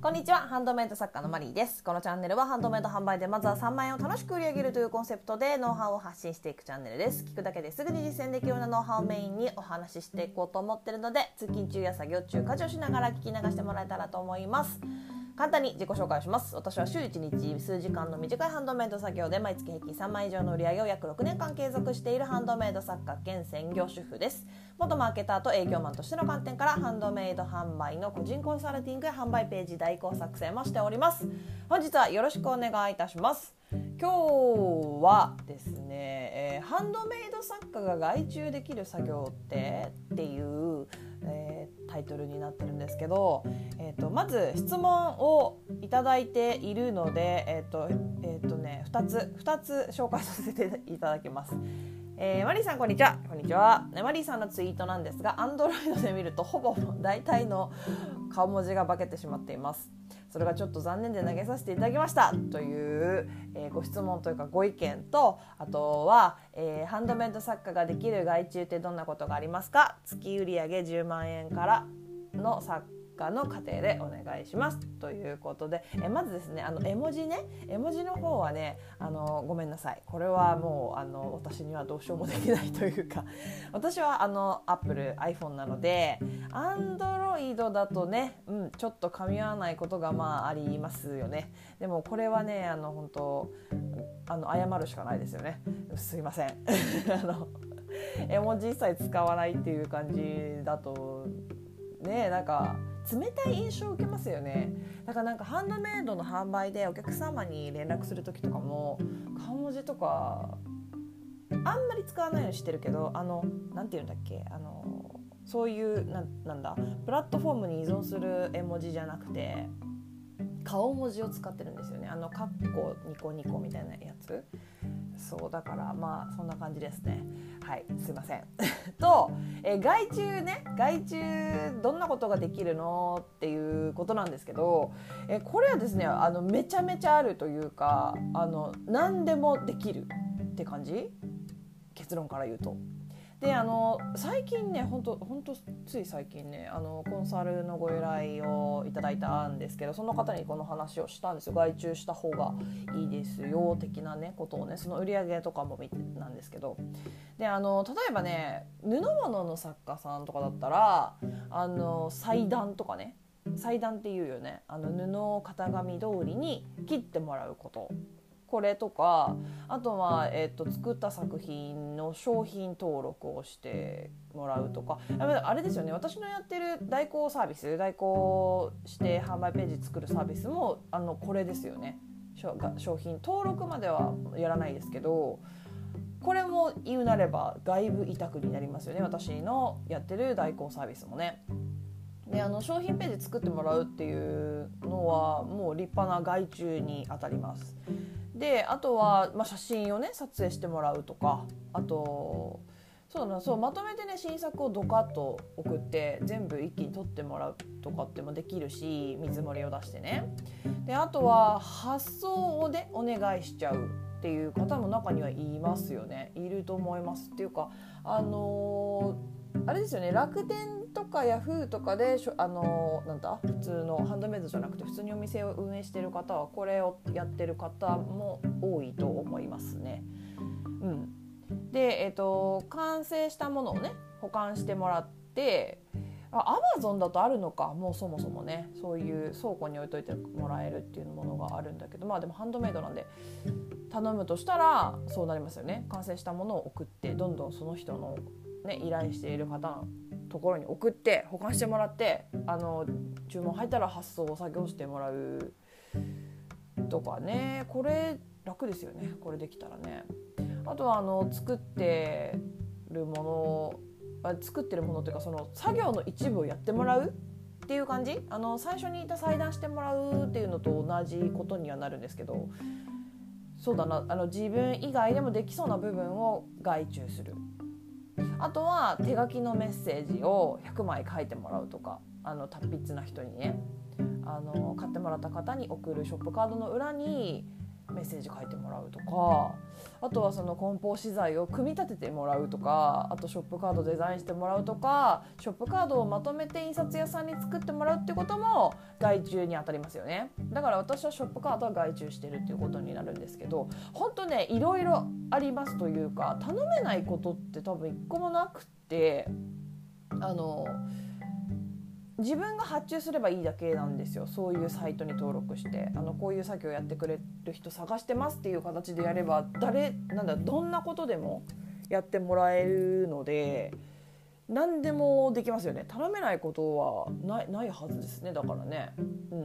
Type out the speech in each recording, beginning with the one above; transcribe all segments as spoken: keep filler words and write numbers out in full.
こんにちは、ハンドメイド作家のマリーです。このチャンネルはハンドメイド販売でまずはさんまんえんを楽しく売り上げるというコンセプトでノウハウを発信していくチャンネルです。聞くだけですぐに実践できるようなノウハウをメインにお話ししていこうと思っているので、通勤中や作業中、家事をしながら聞き流してもらえたらと思います。簡単に自己紹介をします。私は週いちにち数時間の短いハンドメイド作業で毎月平均さんまんえん以上の売り上げを約ろくねんかん継続しているハンドメイド作家兼専業主婦です。元マーケターと営業マンとしての観点からハンドメイド販売の個人コンサルティングや販売ページ代行作成もしております。本日はよろしくお願いいたします。今日はですね、えー、ハンドメイド作家が外注できる作業ってっていう、えー、タイトルになってるんですけど、えー、とまず質問をいただいているので、えーとえーとね、ふたつふたつ紹介させていただきます。えー、マリーさんこんにちは。こんにちは。マリーさんのツイートなんですが、Android で見るとほぼ大体の顔文字が化けてしまっています。それがちょっと残念で投げさせていただきましたという、えー、ご質問というかご意見と、あとは、えー、ハンドメイド作家ができる外注ってどんなことがありますか？月売上じゅうまんえんからの作家の過程でお願いしますということで、えまずですね、あの絵文字ね絵文字の方はね、あのごめんなさい、これはもうあの私にはどうしようもできないというか、私はあの Apple、iPhone なので Android だとね、うん、ちょっと噛み合わないことがまあありますよね。でもこれはね、あの本当あの謝るしかないですよね。すいませんあの絵文字一切使わないっていう感じだとね、なんか冷たい印象を受けますよね。だからなんかハンドメイドの販売でお客様に連絡する時とかも顔文字とかあんまり使わないようにしてるけど、あのなんていうんだっけ、あのそういうな、なんだプラットフォームに依存する絵文字じゃなくて顔文字を使ってるんですよね。あのカッコニコニコみたいなやつ。そうだからまあそんな感じですね。はい、すいませんと、え外注ね外注どんなことができるのっていうことなんですけど、えこれはですね、あのめちゃめちゃあるというか、あの何でもできるって感じ、結論から言うと。で、あの最近ね、ほんとほんとつい最近ね、あのコンサルのご依頼をいただいたんですけど、その方にこの話をしたんですよ。外注した方がいいですよ的なねことをね、その売り上げとかも見てなんですけど、で、あの例えばね、布物の作家さんとかだったら、あの裁断とかね、裁断っていうよね、あの布を型紙通りに切ってもらうこと、これとか、あとは、えー、と作った作品の商品登録をしてもらうとか、あれですよね、私のやってる代行サービス、代行して販売ページ作るサービスもあのこれですよね。商品登録まではやらないですけど、これも言うなれば外部委託になりますよね。私のやってる代行サービスもね。で、あの商品ページ作ってもらうっていうのはもう立派な外注に当たります。で、あとは、まあ、写真をね撮影してもらうとか、あとそうだそうまとめてね新作をドカッと送って全部一気に撮ってもらうとかってもできるし、見積もりを出してね。で、あとは発送をねお願いしちゃうっていう方も中にはいますよね。いると思います。っていうか、あのー、あれですよね、楽天とかヤフーとかであのなんだ普通のハンドメイドじゃなくて普通にお店を運営している方はこれをやってる方も多いと思いますね。うん、で、えーと、完成したものをね保管してもらって、アマゾンだとあるのか、もうそもそもねそういう倉庫に置いといてもらえるっていうものがあるんだけど、まあでもハンドメイドなんで頼むとしたらそうなりますよね。完成したものを送ってどんどんその人の、ね、依頼している方のところに送って保管してもらって、あの注文入ったら発送を作業してもらうとかね。これ楽ですよね、これできたらね。あとはあの作ってるもの作ってるものというか、その作業の一部をやってもらうっていう感じ。あの最初に言った裁断してもらうっていうのと同じことにはなるんですけど、そうだな、あの自分以外でもできそうな部分を外注する。あとは手書きのメッセージをひゃくまい書いてもらうとか、あの達筆な人にね、あの買ってもらった方に送るショップカードの裏にメッセージ書いてもらうとか、あとはその梱包資材を組み立ててもらうとか、あとショップカードデザインしてもらうとか、ショップカードをまとめて印刷屋さんに作ってもらうってことも外注に当たりますよね。だから私はショップカードは外注してるっていうことになるんですけど、本当ねいろいろありますというか、頼めないことって多分一個もなくって、あの自分が発注すればいいだけなんですよ。そういうサイトに登録して、あのこういう作業やってくれる人探してますっていう形でやれば、誰なんだどんなことでもやってもらえるので、何でもできますよね。頼めないことはない、ないはずですね。だからね、うん、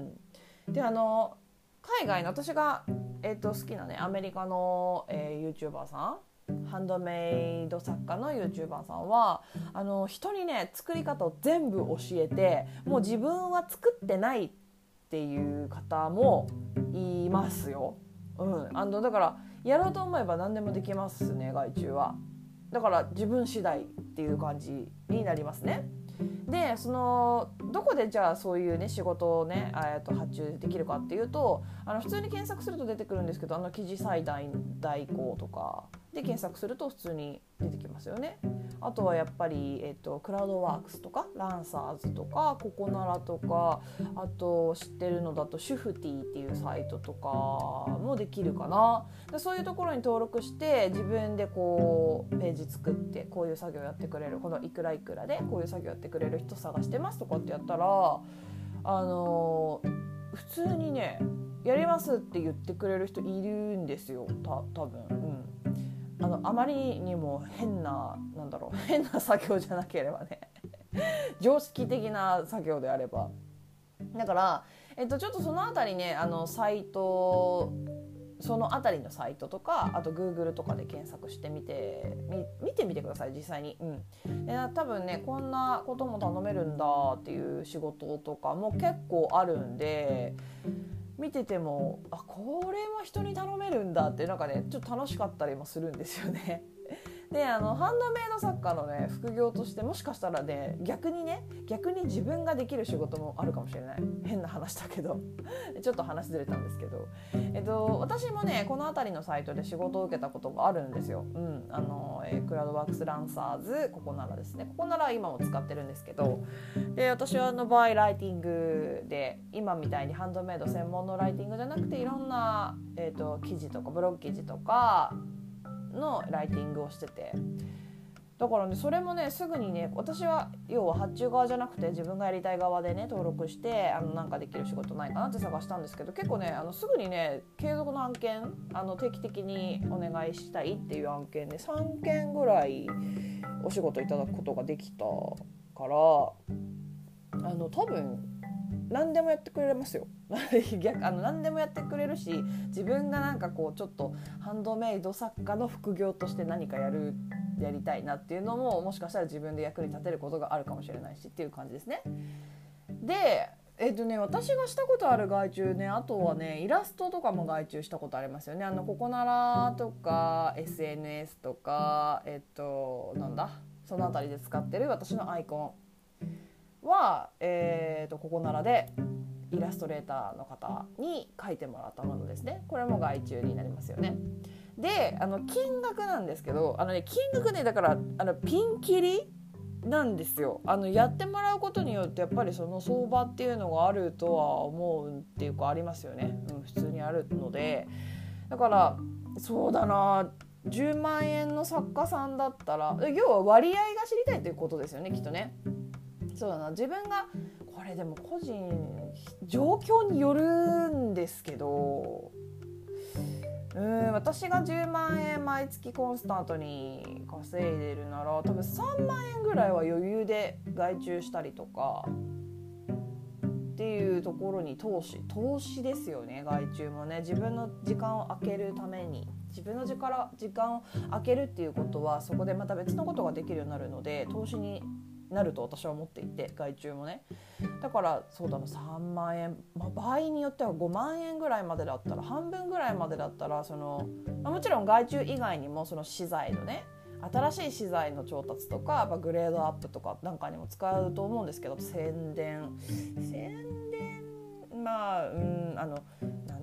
であの海外の私が、えーと、好きなねアメリカの、えー、YouTuber さん、ハンドメイド作家の YouTuber さんはあの人にね作り方を全部教えて、もう自分は作ってないっていう方もいますよ、うん、あのだからやろうと思えば何でもできますね、外注は。だから自分次第っていう感じになりますね。でそのどこでじゃあそういうね仕事をねえと発注できるかっていうと、あの普通に検索すると出てくるんですけど、あの記事裁断代行とかで検索すると普通に出てきますよね。あとはやっぱり、えっと、クラウドワークスとかランサーズとかココナラとか、あと知ってるのだとシュフティっていうサイトとかもできるかな。でそういうところに登録して自分でこうページ作って、こういう作業やってくれる、このいくらいくらでこういう作業やってくれる人探してますとかってやったら、あの普通にねやりますって言ってくれる人いるんですよ、た多分、うん、あのあまりにも変ななんだろう変な作業じゃなければね常識的な作業であれば。だから、えっと、ちょっとそのあたりね、あのサイトそのあたりのサイトとか、あと Google とかで検索してみてみ見てみてください、実際に、うん、で多分ねこんなことも頼めるんだっていう仕事とかも結構あるんで、見ててもあこれも人に頼めるんだってなんかねちょっと楽しかったりもするんですよね。であのハンドメイド作家のね副業としてもしかしたらね逆にね逆に自分ができる仕事もあるかもしれない。変な話だけどちょっと話ずれたんですけど、えっと、私もねこの辺りのサイトで仕事を受けたことがあるんですよ、うんあのえー、クラウドワークスランサーズここならですね、ここなら今も使ってるんですけど、で私はの場合ライティングで今みたいにハンドメイド専門のライティングじゃなくていろんな、えーと、記事とかブログ記事とかのライティングをしてて、だからねそれもねすぐにね私は要は発注側じゃなくて自分がやりたい側でね登録してあのなんかできる仕事ないかなって探したんですけど、結構ねあのすぐにね継続の案件あの定期的にお願いしたいっていう案件でさんけんぐらいお仕事いただくことができたから、あの多分何でもやってくれますよ逆あの何でもやってくれるし、自分がなんかこうちょっとハンドメイド作家の副業として何かやるやりたいなっていうのももしかしたら自分で役に立てることがあるかもしれないしっていう感じですね。でえっとね私がしたことある外注ね、あとはねイラストとかも外注したことありますよね。あのココナラとか エスエヌエス とかえっとなんだそのあたりで使ってる私のアイコンはえっとココナラでイラストレーターの方に書いてもらったものですね。これも外注になりますよね。であの金額なんですけど、あの、ね、金額ねだからあのピンキリなんですよ。あのやってもらうことによってやっぱりその相場っていうのがあるとは思うっていうかありますよね、うん、普通にあるので、だからそうだなじゅうまんえんの作家さんだったら要は割合が知りたいということですよねきっとね。そうだな自分がこれでも個人状況によるんですけど、うーん私がじゅうまんえん毎月コンスタントに稼いでるなら多分さんまんえんぐらいは余裕で外注したりとかっていうところに投資投資ですよね。外注もね自分の時間を空けるために自分の時間時間を空けるっていうことはそこでまた別のことができるようになるので投資になると私は思っていて、外注もねだからそうだなさんまんえん、まあ、場合によってはごまんえんぐらいまでだったら半分ぐらいまでだったらその、まあ、もちろん外注以外にもその資材のね新しい資材の調達とか、まあ、グレードアップとかなんかにも使うと思うんですけど、宣伝宣伝まあうんあのなんだろうな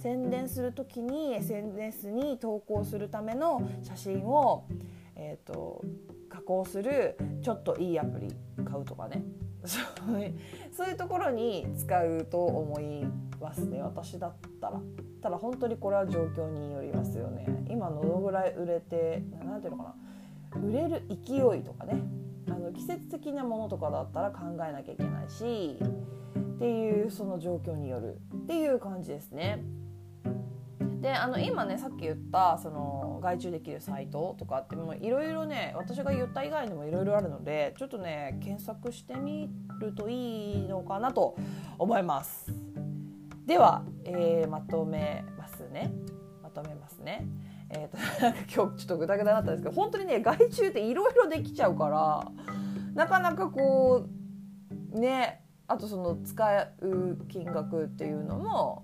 宣伝するときに エスエヌエス に投稿するための写真を、えーと、加工するちょっといいアプリ買うとかね、そういう、そういうところに使うと思いますね、私だったら。ただ本当にこれは状況によりますよね。今どのぐらい売れて、なんていうのかな、売れる勢いとかね、あの季節的なものとかだったら考えなきゃいけないしっていう、その状況によるっていう感じですね。で、あの今ねさっき言ったその外注できるサイトとかってもいろいろね、私が言った以外にもいろいろあるので、ちょっとね検索してみるといいのかなと思います。では、えー、まとめますねまとめますねえーと、なんか今日ちょっとグダグダだったんですけど、本当にね外注っていろいろできちゃうから、なかなかこうね、あとその使う金額っていうのも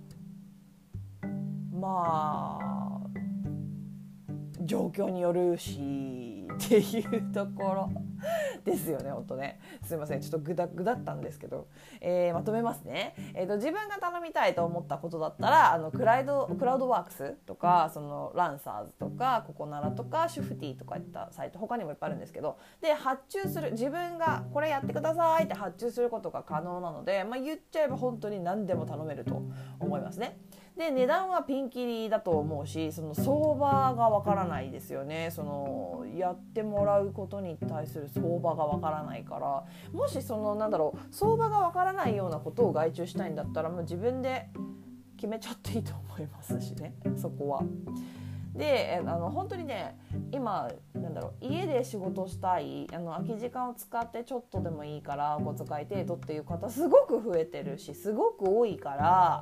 まあ状況によるしっていうところですよね。本当ね、すいません、ちょっとグダグダったんですけど、えー、まとめますね。えーと、自分が頼みたいと思ったことだったら、あのクラウドクラウドワークスとか、そのランサーズとかココナラとかシュフティとかいったサイト、他にもいっぱいあるんですけど、で発注する、自分がこれやってくださいって発注することが可能なので、まあ、言っちゃえば本当に何でも頼めると思いますね。で、値段はピンキリだと思うし、その相場がわからないですよね。そのやってもらうことに対する相場がわからないから、もしそのなんだろう、相場がわからないようなことを外注したいんだったら、もう自分で決めちゃっていいと思いますしね、そこは。で、あの本当にね、今なんだろう、家で仕事したい、あの空き時間を使ってちょっとでもいいからお小遣い程度っていう方すごく増えてるし、すごく多いから、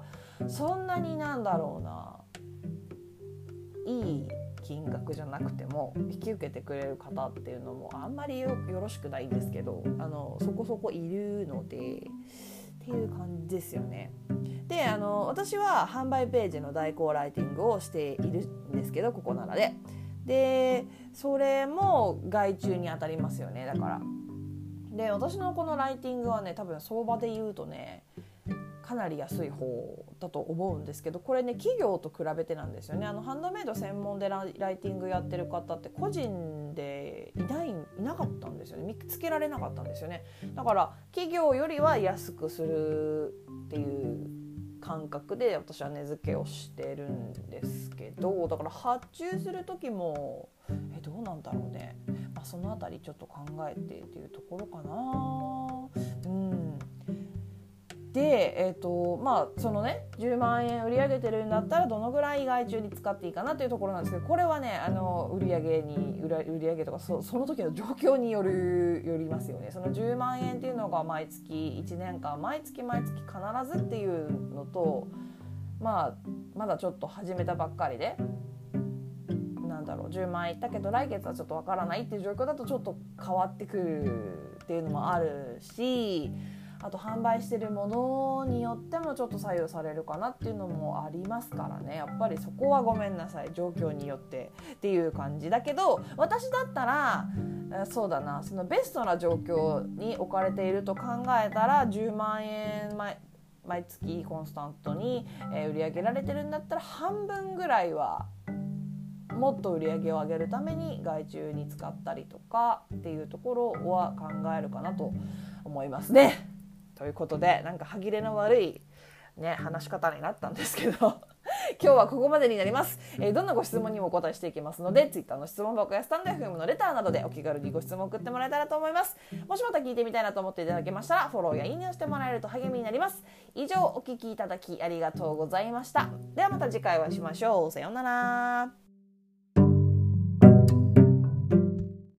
そんなになんだろうな、いい金額じゃなくても引き受けてくれる方っていうのもあんまり よ, よろしくないんですけど、あのそこそこいるのでっていう感じですよね。で、あの私は販売ページの代行ライティングをしているんですけど、ここならででそれも外注に当たりますよね。だからで、私のこのライティングはね、多分相場で言うとねかなり安い方だと思うんですけど、これね企業と比べてなんですよね。あのハンドメイド専門でライティングやってる方って個人でいない、いなかったんですよね。見つけられなかったんですよね。だから企業よりは安くするっていう感覚で私は値付けをしてるんですけど、だから発注する時もえどうなんだろうね、まあ、そのあたりちょっと考えてっていうところかな。うんで、えーとまあそのね、じゅうまんえん売り上げてるんだったらどのぐらい外注に使っていいかなというところなんですけど、これはね、あの売り上げに売り上げとか そ, その時の状況によるよりますよね。そのじゅうまんえんっていうのが毎月いちねんかん毎月毎月必ずっていうのと、まあまだちょっと始めたばっかりで、なんだろう、じゅうまんえんいったけど来月はちょっとわからないっていう状況だとちょっと変わってくるっていうのもあるし、あと販売してるものによってもちょっと左右されるかなっていうのもありますからね。やっぱりそこはごめんなさい、状況によってっていう感じだけど、私だったらそうだな、そのベストな状況に置かれていると考えたらじゅうまんえん毎毎月コンスタントに売り上げられてるんだったら半分ぐらいはもっと売り上げを上げるために外注に使ったりとかっていうところは考えるかなと思いますね。ということで、なんか歯切れの悪い、ね、話し方になったんですけど今日はここまでになります。えー、どんなご質問にもお答えしていきますので、Twitter の質問箱やスタンド エフエム のレターなどでお気軽にご質問を送ってもらえたらと思います。もしまた聞いてみたいなと思っていただけましたらフォローやいいねをしてもらえると励みになります。以上お聞きいただきありがとうございました。ではまた次回お会いしましょう。さようなら。